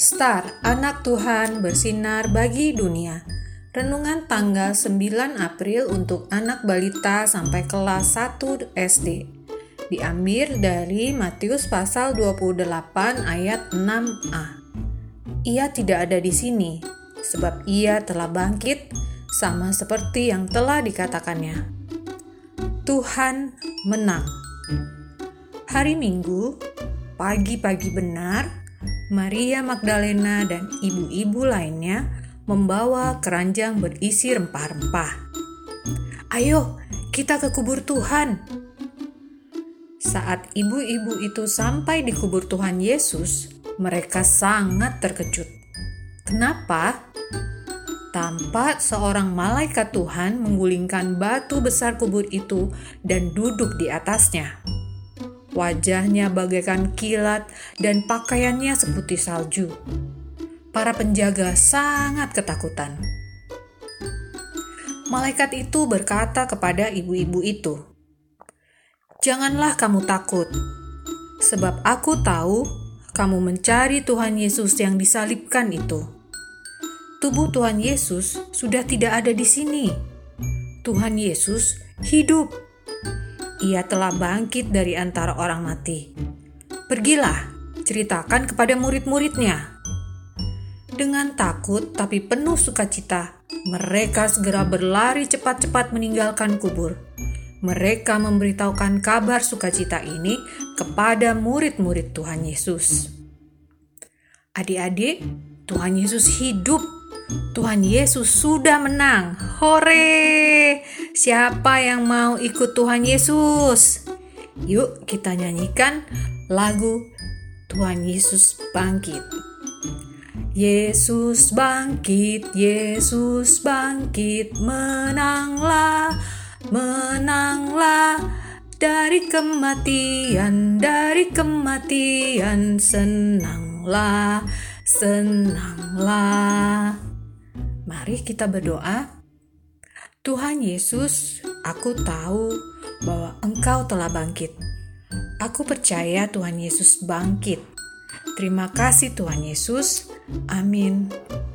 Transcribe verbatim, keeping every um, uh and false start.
Star, anak Tuhan bersinar bagi dunia. Renungan tanggal sembilan April untuk anak balita sampai kelas satu S D. Diambil dari Matius pasal dua puluh delapan ayat enam a. Ia tidak ada di sini, sebab ia telah bangkit, sama seperti yang telah dikatakannya. Tuhan menang. Hari Minggu, pagi-pagi benar, Maria Magdalena dan ibu-ibu lainnya membawa keranjang berisi rempah-rempah. Ayo, kita ke kubur Tuhan. Saat ibu-ibu itu sampai di kubur Tuhan Yesus, mereka sangat terkejut. Kenapa? Tampak seorang malaikat Tuhan menggulingkan batu besar kubur itu dan duduk di atasnya. Wajahnya bagaikan kilat dan pakaiannya seputih salju. Para penjaga sangat ketakutan. Malaikat itu berkata kepada ibu-ibu itu, "Janganlah kamu takut, sebab aku tahu kamu mencari Tuhan Yesus yang disalibkan itu. Tubuh Tuhan Yesus sudah tidak ada di sini. Tuhan Yesus hidup. Ia telah bangkit dari antara orang mati. Pergilah, ceritakan kepada murid-muridnya." Dengan takut tapi penuh sukacita, mereka segera berlari cepat-cepat meninggalkan kubur. Mereka memberitahukan kabar sukacita ini kepada murid-murid Tuhan Yesus. Adik-adik, Tuhan Yesus hidup. Tuhan Yesus sudah menang. Hore! Siapa yang mau ikut Tuhan Yesus? Yuk kita nyanyikan lagu Tuhan Yesus bangkit. Yesus bangkit, Yesus bangkit, menanglah, menanglah dari kematian, dari kematian, senanglah, senanglah. Mari kita berdoa. Tuhan Yesus, aku tahu bahwa Engkau telah bangkit. Aku percaya Tuhan Yesus bangkit. Terima kasih Tuhan Yesus. Amin.